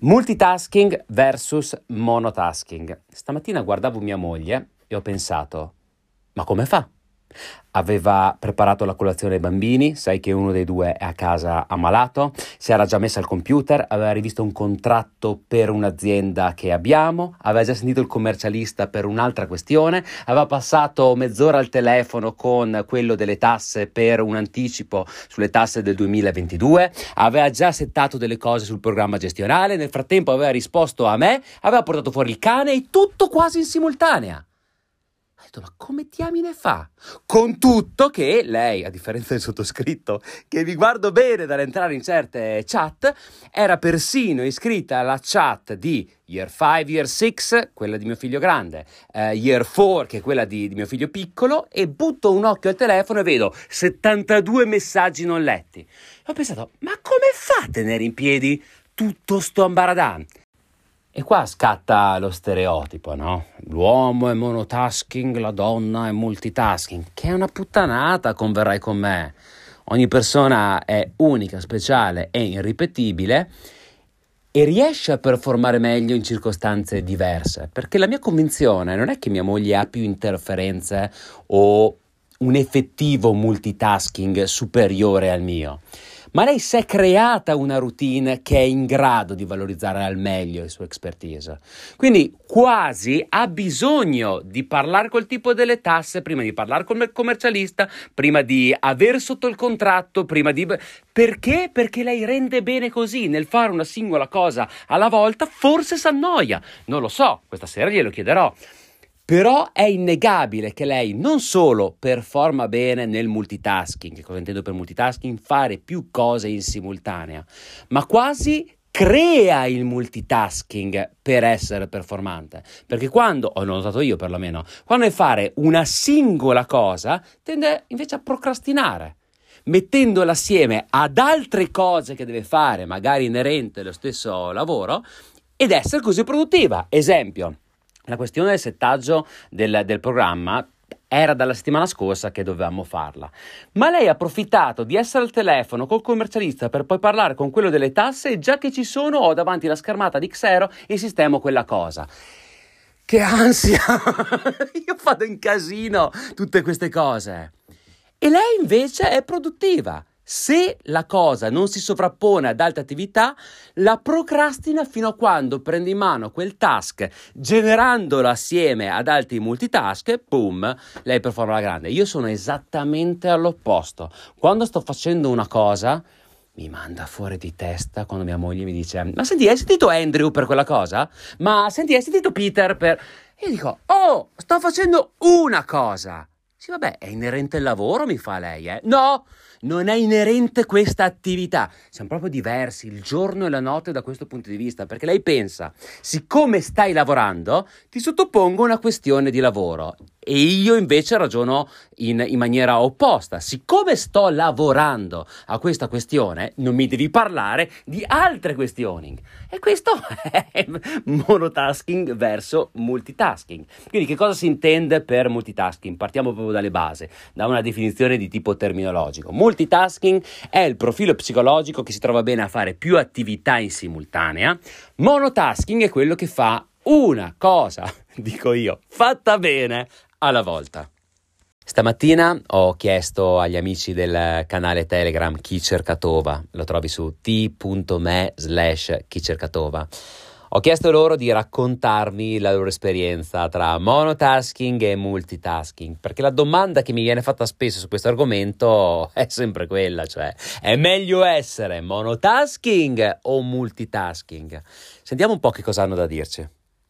Multitasking versus monotasking. Stamattina guardavo mia moglie e ho pensato, ma come fa? Aveva preparato la colazione ai bambini, sai che uno dei due è a casa ammalato, si era già messa al computer, aveva rivisto un contratto per un'azienda che abbiamo, aveva già sentito il commercialista per un'altra questione, aveva passato mezz'ora al telefono con quello delle tasse per un anticipo sulle tasse del 2022, aveva già settato delle cose sul programma gestionale, nel frattempo aveva risposto a me, aveva portato fuori il cane e tutto quasi in simultanea. Ho detto, ma come diamine fa? Con tutto che lei, a differenza del sottoscritto, che vi guardo bene dall'entrare in certe chat, era persino iscritta alla chat di Year 5, Year 6, quella di mio figlio grande, Year 4, che è quella di mio figlio piccolo, e butto un occhio al telefono e vedo 72 messaggi non letti. E ho pensato, ma come fa a tenere in piedi tutto sto ambaradan? E qua scatta lo stereotipo, no? L'uomo è monotasking, la donna è multitasking, che è una puttanata, converrai con me. Ogni persona è unica, speciale e irripetibile e riesce a performare meglio in circostanze diverse, perché la mia convinzione non è che mia moglie ha più interferenze o un effettivo multitasking superiore al mio, ma lei si è creata una routine che è in grado di valorizzare al meglio il suo expertise. Quindi quasi ha bisogno di parlare col tipo delle tasse, prima di parlare con il commercialista, prima di aver sotto il contratto, prima di... Perché? Perché lei rende bene così, nel fare una singola cosa alla volta, forse s'annoia. Non lo so, questa sera glielo chiederò. Però è innegabile che lei non solo performa bene nel multitasking, che cosa intendo per multitasking? Fare più cose in simultanea, ma quasi crea il multitasking per essere performante. Perché quando, ho notato io perlomeno, quando è fare una singola cosa, tende invece a procrastinare, mettendola assieme ad altre cose che deve fare, magari inerente allo stesso lavoro, ed essere così produttiva. Esempio. La questione del settaggio del programma era dalla settimana scorsa che dovevamo farla, ma lei ha approfittato di essere al telefono col commercialista per poi parlare con quello delle tasse e già che ci sono ho davanti la schermata di Xero e sistemo quella cosa. Che ansia! Io vado in casino tutte queste cose. E lei invece è produttiva. Se la cosa non si sovrappone ad altre attività, la procrastina fino a quando prende in mano quel task, generandolo assieme ad altri multitask, boom, lei performa alla grande. Io sono esattamente all'opposto. Quando sto facendo una cosa, mi manda fuori di testa quando mia moglie mi dice ma senti, hai sentito Andrew per quella cosa? Ma senti, hai sentito Peter per... E io dico, oh, sto facendo una cosa. Sì, vabbè, è inerente al lavoro, mi fa lei, eh? No, non è inerente questa attività. Siamo proprio diversi, il giorno e la notte da questo punto di vista, perché lei pensa, siccome stai lavorando, ti sottopongo una questione di lavoro. E io invece ragiono in maniera opposta. Siccome sto lavorando a questa questione, non mi devi parlare di altre questioni. E questo è monotasking verso multitasking. Quindi che cosa si intende per multitasking? Partiamo proprio dalle basi, da una definizione di tipo terminologico. Multitasking è il profilo psicologico che si trova bene a fare più attività in simultanea. Monotasking è quello che fa una cosa, dico io, fatta bene alla volta. Stamattina ho chiesto agli amici del canale Telegram Chi cerca Tova, lo trovi su t.me/Chi cerca Tova. Ho chiesto loro di raccontarmi la loro esperienza tra monotasking e multitasking, perché la domanda che mi viene fatta spesso su questo argomento è sempre quella, cioè è meglio essere monotasking o multitasking? Sentiamo un po' che cosa hanno da dirci.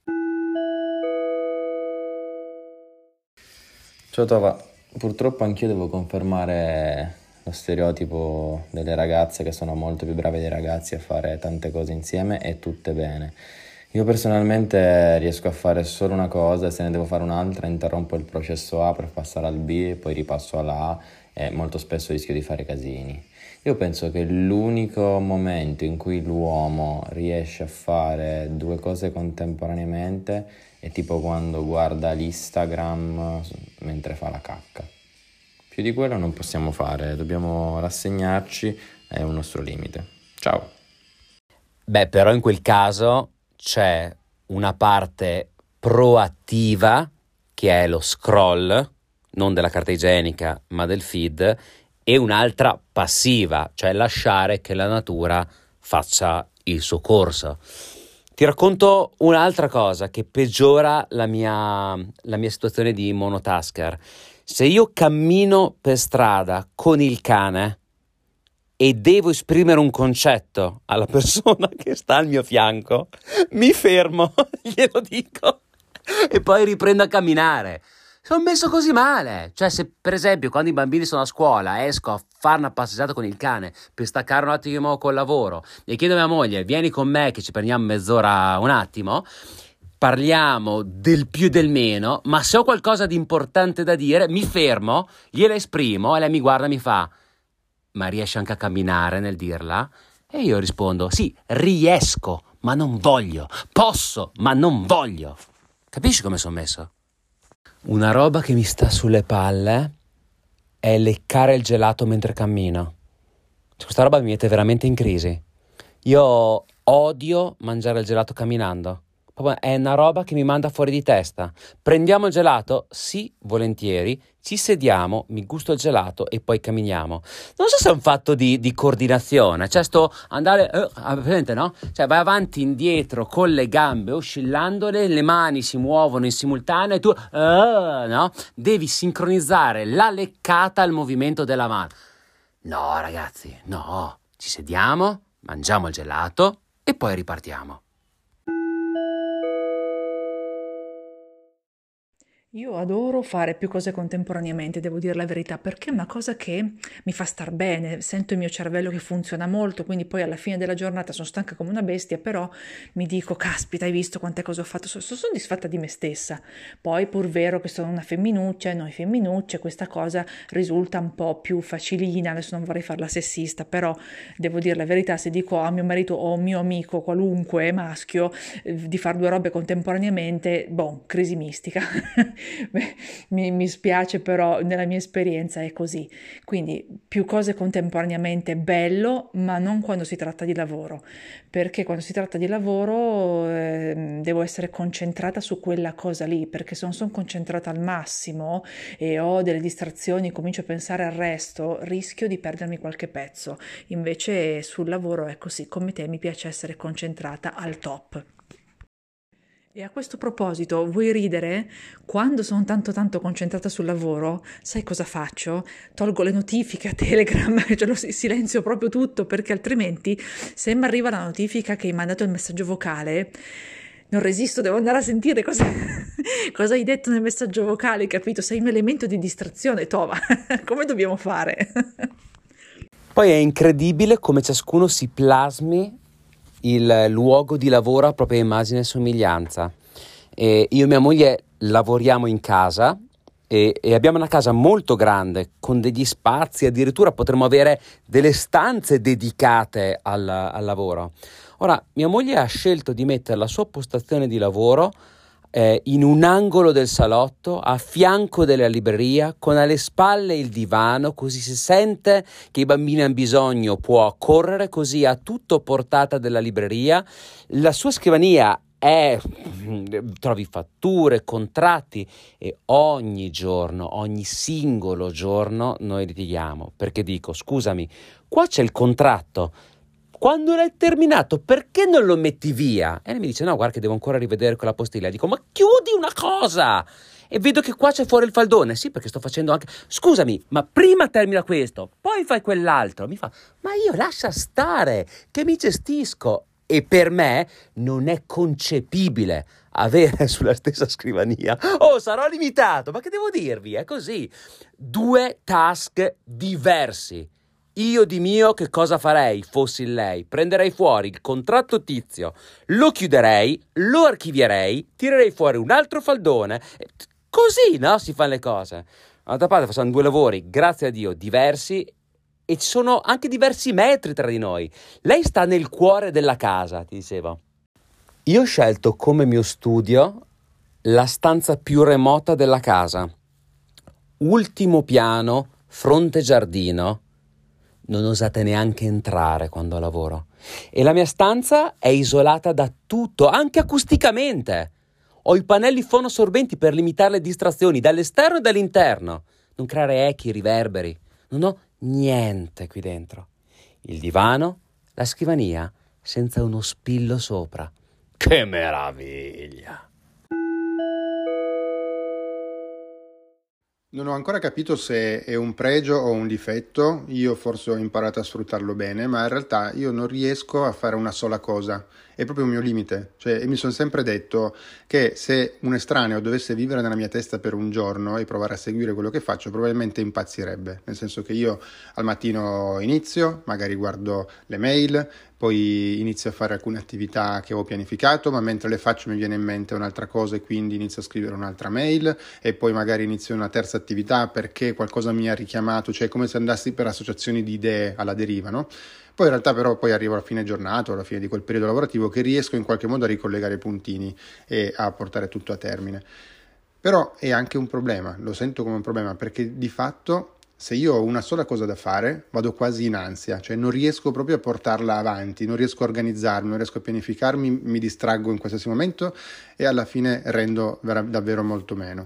Ciao Tova, purtroppo anch'io devo confermare lo stereotipo delle ragazze che sono molto più brave dei ragazzi a fare tante cose insieme e tutte bene. Io personalmente riesco a fare solo una cosa e se ne devo fare un'altra interrompo il processo A per passare al B, poi ripasso alla A e molto spesso rischio di fare casini. Io penso che l'unico momento in cui l'uomo riesce a fare due cose contemporaneamente è tipo quando guarda l'Instagram mentre fa la cacca. Più di quello non possiamo fare, dobbiamo rassegnarci, è un nostro limite. Ciao! Beh, però in quel caso c'è una parte proattiva che è lo scroll, non della carta igienica, ma del feed, e un'altra passiva, cioè lasciare che la natura faccia il suo corso. Ti racconto un'altra cosa che peggiora la mia situazione di monotasker. Se io cammino per strada con il cane e devo esprimere un concetto alla persona che sta al mio fianco, mi fermo, glielo dico, e poi riprendo a camminare. Sono messo così male. Cioè, se per esempio quando i bambini sono a scuola esco a fare una passeggiata con il cane per staccare un attimo col lavoro e chiedo a mia moglie vieni con me che ci prendiamo mezz'ora un attimo, parliamo del più e del meno, ma se ho qualcosa di importante da dire mi fermo, gliela esprimo e lei mi guarda e mi fa ma riesci anche a camminare nel dirla? E io rispondo sì, riesco ma non voglio, posso ma non voglio. Capisci come sono messo? Una roba che mi sta sulle palle è leccare il gelato mentre cammino. Cioè, questa roba mi mette veramente in crisi. Io odio mangiare il gelato camminando. Proprio è una roba che mi manda fuori di testa. Prendiamo il gelato? Sì, volentieri. Ci sediamo, mi gusto il gelato e poi camminiamo. Non so se è un fatto di coordinazione. Cioè sto andare... presente, no? Cioè vai avanti, indietro, con le gambe, oscillandole, le mani si muovono in simultaneo e tu... no? Devi sincronizzare la leccata al movimento della mano. No, ragazzi, no. Ci sediamo, mangiamo il gelato e poi ripartiamo. Io adoro fare più cose contemporaneamente, devo dire la verità, perché è una cosa che mi fa star bene, sento il mio cervello che funziona molto, quindi poi alla fine della giornata sono stanca come una bestia, però mi dico, caspita, hai visto quante cose ho fatto? Sono soddisfatta di me stessa. Poi, pur vero che sono una femminuccia e noi femminucce, questa cosa risulta un po' più facilina, adesso non vorrei farla sessista, però devo dire la verità, se dico a mio marito o a un mio amico qualunque maschio di fare due robe contemporaneamente, boh, crisi mistica. Mi spiace, però nella mia esperienza è così. Quindi più cose contemporaneamente è bello, ma non quando si tratta di lavoro, perché quando si tratta di lavoro devo essere concentrata su quella cosa lì, perché se non sono concentrata al massimo e ho delle distrazioni, comincio a pensare al resto, rischio di perdermi qualche pezzo. Invece sul lavoro è così, come te mi piace essere concentrata al top. E a questo proposito, vuoi ridere? Quando sono tanto concentrata sul lavoro, sai cosa faccio? Tolgo le notifiche a Telegram, cioè lo silenzio proprio tutto, perché altrimenti se mi arriva la notifica che hai mandato il messaggio vocale, non resisto, devo andare a sentire cosa, cosa hai detto nel messaggio vocale, capito? Sei un elemento di distrazione, Tova, come dobbiamo fare? Poi è incredibile come ciascuno si plasmi il luogo di lavoro a propria immagine e somiglianza. E io e mia moglie lavoriamo in casa e abbiamo una casa molto grande con degli spazi, addirittura potremmo avere delle stanze dedicate al lavoro. Ora, mia moglie ha scelto di mettere la sua postazione di lavoro in un angolo del salotto, a fianco della libreria, con alle spalle il divano, così si sente che i bambini hanno bisogno, può correre, così a tutto portata della libreria. La sua scrivania trovi fatture, contratti e ogni giorno, ogni singolo giorno noi litighiamo, perché dico, scusami, qua c'è il contratto. Quando l'hai terminato, perché non lo metti via? E lei mi dice, no, guarda che devo ancora rivedere quella postilla. Dico, ma chiudi una cosa! E vedo che qua c'è fuori il faldone. Sì, perché sto facendo anche... Scusami, ma prima termina questo, poi fai quell'altro. Mi fa, ma io lascia stare, che mi gestisco. E per me non è concepibile avere sulla stessa scrivania. Oh, sarò limitato, ma che devo dirvi? È così. Due task diversi. Io di mio che cosa farei fossi lei? Prenderei fuori il contratto tizio, lo chiuderei, lo archivierei, tirerei fuori un altro faldone. Così, no? Si fanno le cose. D'altra parte facciamo due lavori, grazie a Dio, diversi e ci sono anche diversi metri tra di noi. Lei sta nel cuore della casa, ti dicevo. Io ho scelto come mio studio la stanza più remota della casa. Ultimo piano, fronte giardino. non osate neanche entrare quando lavoro. E la mia stanza è isolata da tutto, anche acusticamente. Ho i pannelli fonoassorbenti per limitare le distrazioni dall'esterno e dall'interno. Non creare echi, riverberi. Non ho niente qui dentro. Il divano, la scrivania, senza uno spillo sopra. Che meraviglia! Non ho ancora capito se è un pregio o un difetto, io forse ho imparato a sfruttarlo bene, ma in realtà io non riesco a fare una sola cosa, è proprio un mio limite, cioè mi sono sempre detto che se un estraneo dovesse vivere nella mia testa per un giorno e provare a seguire quello che faccio, probabilmente impazzirebbe, nel senso che io al mattino inizio, magari guardo le mail, poi inizio a fare alcune attività che ho pianificato, ma mentre le faccio mi viene in mente un'altra cosa e quindi inizio a scrivere un'altra mail e poi magari inizio una terza attività perché qualcosa mi ha richiamato, cioè è come se andassi per associazioni di idee alla deriva, no? Poi in realtà però poi arrivo alla fine giornata o alla fine di quel periodo lavorativo che riesco in qualche modo a ricollegare i puntini e a portare tutto a termine. Però è anche un problema, lo sento come un problema perché di fatto se io ho una sola cosa da fare vado quasi in ansia, cioè non riesco proprio a portarla avanti, non riesco a organizzarmi, non riesco a pianificarmi, mi distraggo in qualsiasi momento e alla fine rendo davvero molto meno.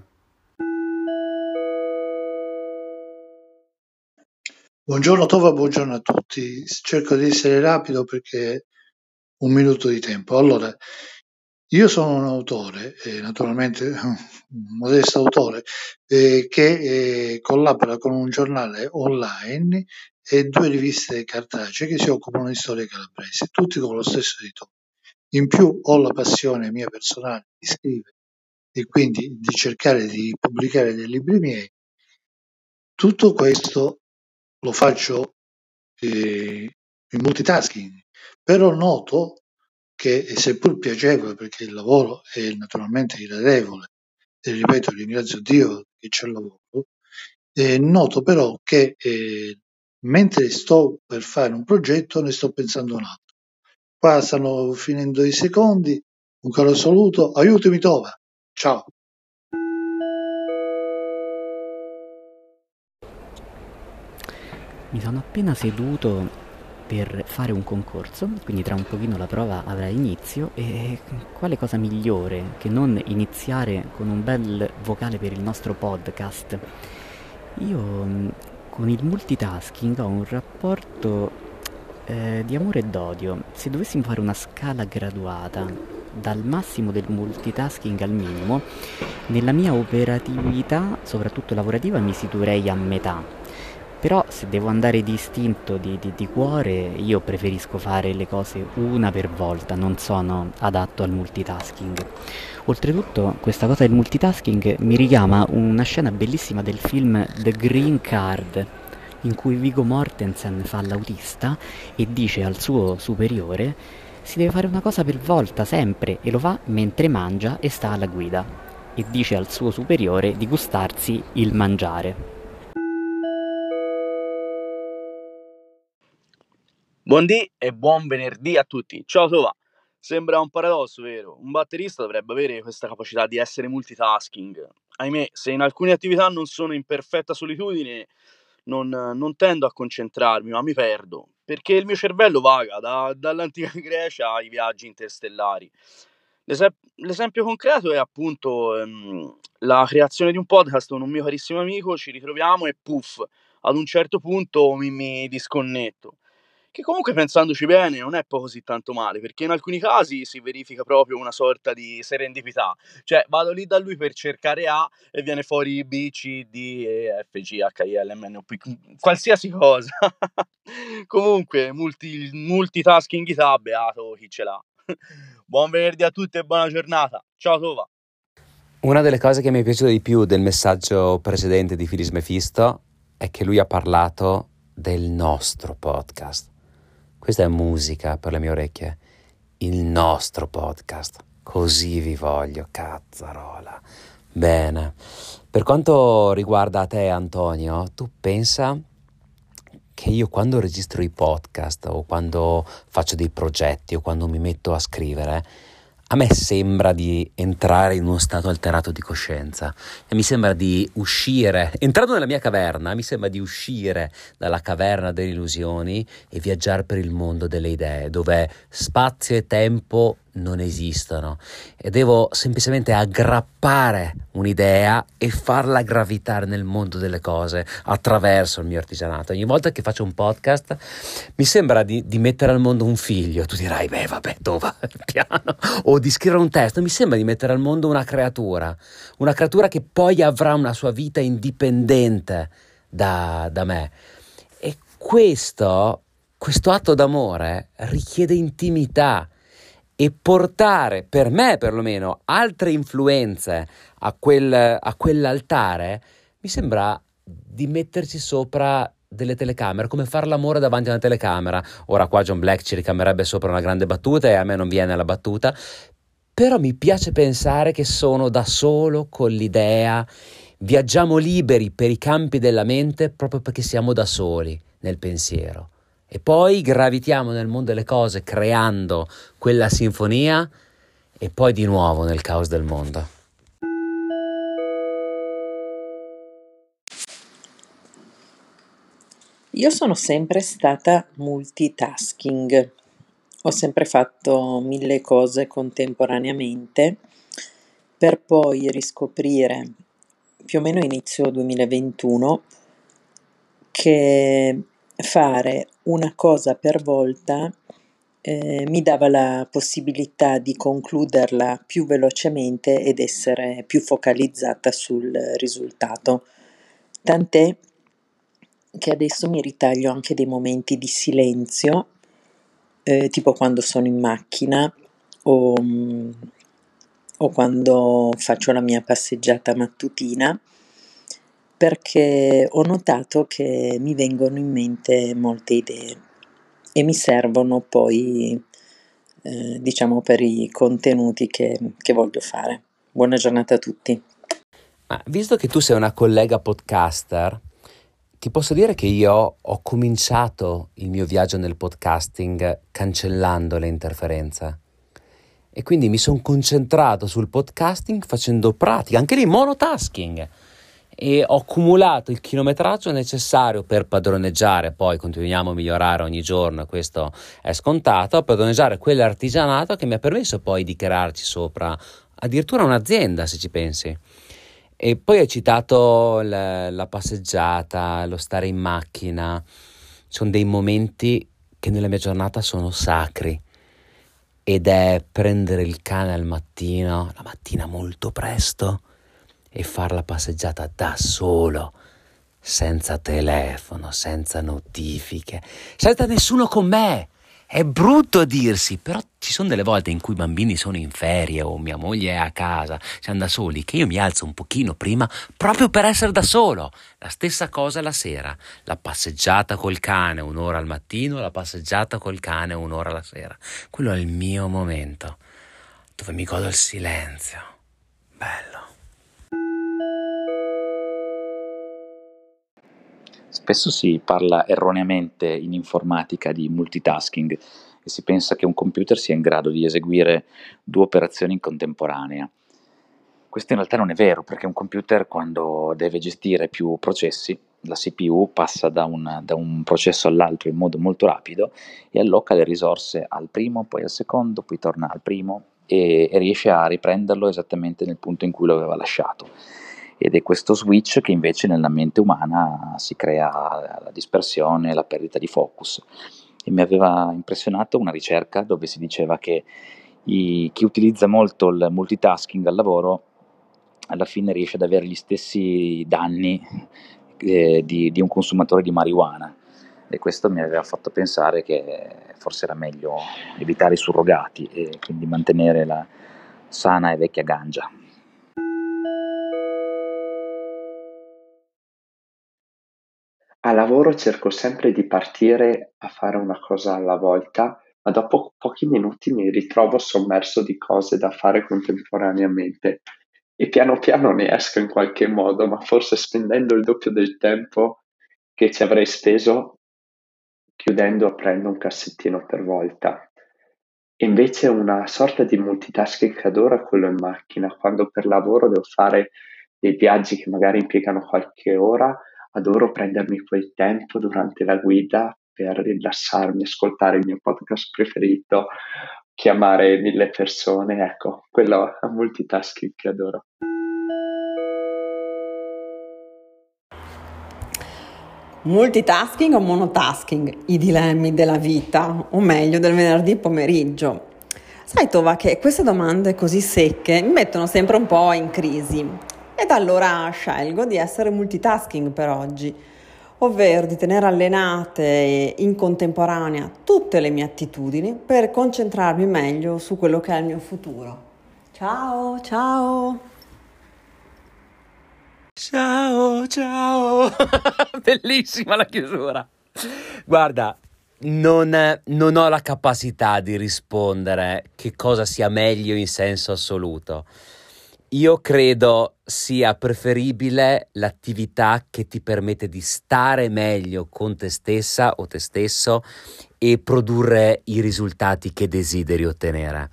Buongiorno Tova, buongiorno a tutti. Cerco di essere rapido perché un minuto di tempo. Allora, io sono un autore, naturalmente un modesto autore, che collabora con un giornale online e 2 riviste cartacee che si occupano di storie calabresi, tutti con lo stesso editore. In più ho la passione mia personale di scrivere e quindi di cercare di pubblicare dei libri miei. Tutto questo lo faccio in multitasking, però noto che seppur piacevole perché il lavoro è naturalmente gradevole e ripeto ringrazio Dio che c'è il lavoro, noto però che mentre sto per fare un progetto ne sto pensando un altro. Qua stanno finendo i secondi, un caro saluto, aiutami Tova, ciao. Mi sono appena seduto per fare un concorso, quindi tra un pochino la prova avrà inizio e quale cosa migliore che non iniziare con un bel vocale per il nostro podcast. Io con il multitasking ho un rapporto di amore e d'odio. Se dovessimo fare una scala graduata dal massimo del multitasking al minimo, nella mia operatività, soprattutto lavorativa, mi situerei a metà. Però se devo andare distinto di cuore, io preferisco fare le cose una per volta, non sono adatto al multitasking. Oltretutto, questa cosa del multitasking mi richiama una scena bellissima del film The Green Card, in cui Viggo Mortensen fa l'autista e dice al suo superiore si deve fare una cosa per volta, sempre, e lo fa mentre mangia e sta alla guida. E dice al suo superiore di gustarsi il mangiare. Buondì e buon venerdì a tutti. Ciao Tova. Sembra un paradosso, vero? Un batterista dovrebbe avere questa capacità di essere multitasking. Ahimè, se in alcune attività non sono in perfetta solitudine, non tendo a concentrarmi, ma mi perdo, perché il mio cervello vaga dall'antica Grecia ai viaggi interstellari. L'esempio concreto è appunto la creazione di un podcast con un mio carissimo amico, ci ritroviamo e puff, ad un certo punto mi disconnetto. Che comunque pensandoci bene non è poi così tanto male, perché in alcuni casi si verifica proprio una sorta di serendipità. Cioè vado lì da lui per cercare A e viene fuori B, C, D, E, F, G, H, I, L, M, N, O, P, qualsiasi cosa. Comunque, multitaskingità, beato chi ce l'ha. Buon venerdì a tutti e buona giornata. Ciao Tova. Una delle cose che mi è piaciuta di più del messaggio precedente di Filis Mefisto è che lui ha parlato del nostro podcast. Questa è musica per le mie orecchie. Il nostro podcast. Così vi voglio, cazzarola. Bene. Per quanto riguarda te, Antonio, tu pensa che io quando registro i podcast o quando faccio dei progetti o quando mi metto a scrivere, A me sembra di entrare in uno stato alterato di coscienza e mi sembra di uscire, entrando nella mia caverna, mi sembra di uscire dalla caverna delle illusioni e viaggiare per il mondo delle idee, dove spazio e tempo non esistono e devo semplicemente aggrappare un'idea e farla gravitare nel mondo delle cose attraverso il mio artigianato. Ogni volta che faccio un podcast mi sembra di mettere al mondo un figlio. Tu dirai, beh vabbè, dove? Piano. O di scrivere un testo. Mi sembra di mettere al mondo una creatura che poi avrà una sua vita indipendente da me. E questo atto d'amore richiede intimità e portare, per me perlomeno, altre influenze a quell'altare mi sembra di metterci sopra delle telecamere, come fare l'amore davanti a una telecamera. Ora qua John Black ci ricamerebbe sopra una grande battuta e a me non viene la battuta, però mi piace pensare che sono da solo con l'idea, viaggiamo liberi per i campi della mente proprio perché siamo da soli nel pensiero. E poi gravitiamo nel mondo delle cose creando quella sinfonia e poi di nuovo nel caos del mondo. Io sono sempre stata multitasking, ho sempre fatto 1000 cose contemporaneamente per poi riscoprire più o meno inizio 2021 che fare una cosa per volta mi dava la possibilità di concluderla più velocemente ed essere più focalizzata sul risultato. Tant'è che adesso mi ritaglio anche dei momenti di silenzio, tipo quando sono in macchina o, o quando faccio la mia passeggiata mattutina, perché ho notato che mi vengono in mente molte idee e mi servono poi, diciamo, per i contenuti che voglio fare. Buona giornata a tutti. Ma visto che tu sei una collega podcaster, ti posso dire che io ho cominciato il mio viaggio nel podcasting cancellando le interferenze. E quindi mi sono concentrato sul podcasting facendo pratica, anche lì monotasking. E ho accumulato il chilometraggio necessario per padroneggiare, poi continuiamo a migliorare ogni giorno, questo è scontato, padroneggiare quell'artigianato che mi ha permesso poi di crearci sopra addirittura un'azienda, se ci pensi. E poi hai citato la passeggiata, lo stare in macchina, sono dei momenti che nella mia giornata sono sacri. Ed è prendere il cane al mattino, la mattina molto presto, e fare la passeggiata da solo, senza telefono, senza notifiche, senza nessuno con me. È brutto dirsi, però ci sono delle volte in cui i bambini sono in ferie o mia moglie è a casa, siamo da soli, che io mi alzo un pochino prima proprio per essere da solo. La stessa cosa la sera, la passeggiata col cane 1 ora al mattino, la passeggiata col cane 1 ora la sera. Quello è il mio momento, dove mi godo il silenzio. Bello. Spesso si parla erroneamente in informatica di multitasking e si pensa che un computer sia in grado di eseguire 2 operazioni in contemporanea. Questo in realtà non è vero, perché un computer, quando deve gestire più processi, la CPU passa da un processo all'altro in modo molto rapido e alloca le risorse al primo, poi al secondo, poi torna al primo e riesce a riprenderlo esattamente nel punto in cui lo aveva lasciato. Ed è questo switch che invece nella mente umana si crea la dispersione, la perdita di focus. E mi aveva impressionato una ricerca dove si diceva che chi utilizza molto il multitasking al lavoro alla fine riesce ad avere gli stessi danni di un consumatore di marijuana, e questo mi aveva fatto pensare che forse era meglio evitare i surrogati e quindi mantenere la sana e vecchia ganja. A lavoro cerco sempre di partire a fare una cosa alla volta, ma dopo pochi minuti mi ritrovo sommerso di cose da fare contemporaneamente e piano piano ne esco in qualche modo, ma forse spendendo il doppio del tempo che ci avrei speso chiudendo e aprendo un cassettino per volta. E invece una sorta di multitasking che adoro è quello in macchina. Quando per lavoro devo fare dei viaggi che magari impiegano qualche ora, adoro prendermi quel tempo durante la guida per rilassarmi, ascoltare il mio podcast preferito, chiamare 1000 persone. Ecco, quello è un multitasking che adoro. Multitasking o monotasking? I dilemmi della vita, o meglio del venerdì pomeriggio. Sai Tova che queste domande così secche mi mettono sempre un po' in crisi ed allora scelgo di essere multitasking per oggi, ovvero di tenere allenate in contemporanea tutte le mie attitudini per concentrarmi meglio su quello che è il mio futuro. Ciao, ciao! Ciao. Bellissima la chiusura. Guarda, non ho la capacità di rispondere che cosa sia meglio in senso assoluto. Io credo sia preferibile l'attività che ti permette di stare meglio con te stessa o te stesso e produrre i risultati che desideri ottenere.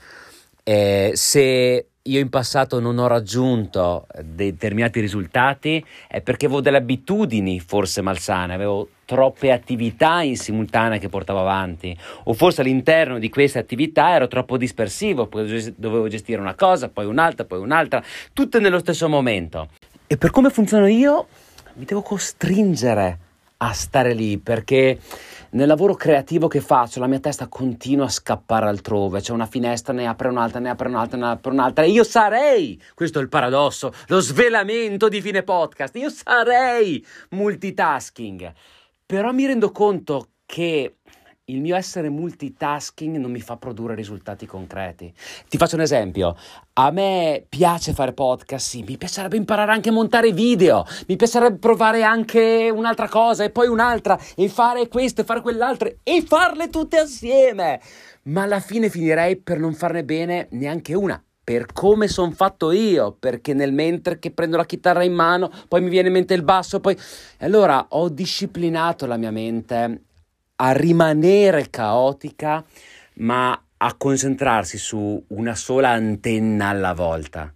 Se io in passato non ho raggiunto determinati risultati è perché avevo delle abitudini forse malsane, avevo troppe attività in simultanea che portavo avanti, o forse all'interno di queste attività ero troppo dispersivo, poi dovevo gestire una cosa, poi un'altra, tutte nello stesso momento. E per come funziono io mi devo costringere a stare lì, perché nel lavoro creativo che faccio la mia testa continua a scappare altrove, c'è una finestra, ne apre un'altra e io sarei, questo è il paradosso, lo svelamento di fine podcast, io sarei multitasking, però mi rendo conto che il mio essere multitasking non mi fa produrre risultati concreti. Ti faccio un esempio. A me piace fare podcast, sì, mi piacerebbe imparare anche a montare video, mi piacerebbe provare anche un'altra cosa e poi un'altra e fare questo e fare quell'altro e farle tutte assieme. Ma alla fine finirei per non farne bene neanche una. Per come sono fatto io, perché nel mentre che prendo la chitarra in mano, poi mi viene in mente il basso, poi... E allora ho disciplinato la mia mente a rimanere caotica, ma a concentrarsi su una sola antenna alla volta.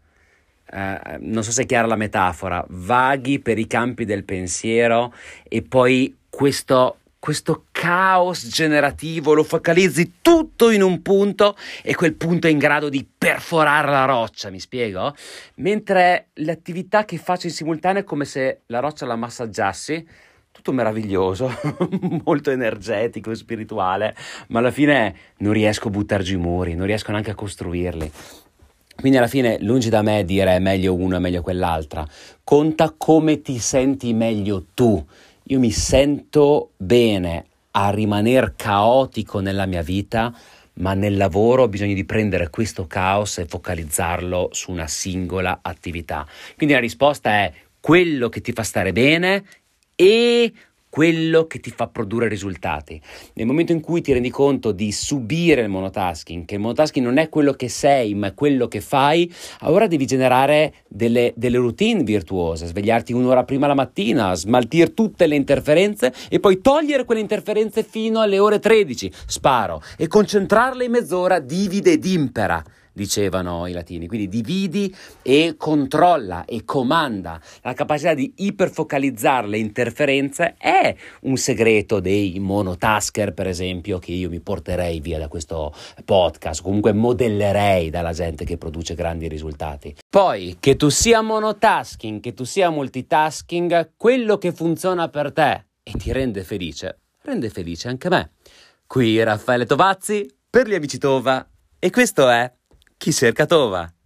Non so se è chiara la metafora, vaghi per i campi del pensiero e poi questo caos generativo lo focalizzi tutto in un punto e quel punto è in grado di perforare la roccia, mi spiego? Mentre l'attività che faccio in simultanea è come se la roccia la massaggiassi, tutto meraviglioso, molto energetico e spirituale, ma alla fine non riesco a buttar giù i muri, non riesco neanche a costruirli. Quindi alla fine, lungi da me dire è meglio una, è meglio quell'altra. Conta come ti senti meglio tu. Io mi sento bene a rimanere caotico nella mia vita, ma nel lavoro ho bisogno di prendere questo caos e focalizzarlo su una singola attività. Quindi la risposta è quello che ti fa stare bene e quello che ti fa produrre risultati. Nel momento in cui ti rendi conto di subire il monotasking, che il monotasking non è quello che sei ma è quello che fai, allora devi generare delle routine virtuose, svegliarti un'ora prima la mattina, smaltire tutte le interferenze e poi togliere quelle interferenze fino alle ore 13, sparo, e concentrarle in mezz'ora, divide ed impera, dicevano i latini. Quindi dividi e controlla e comanda. La capacità di iperfocalizzare le interferenze è un segreto dei monotasker, per esempio, che io mi porterei via da questo podcast, comunque modellerei dalla gente che produce grandi risultati. Poi, che tu sia monotasking, che tu sia multitasking, quello che funziona per te e ti rende felice anche me. Qui Raffaele Tovazzi per gli amici Tova e questo è Chi cerca Tova.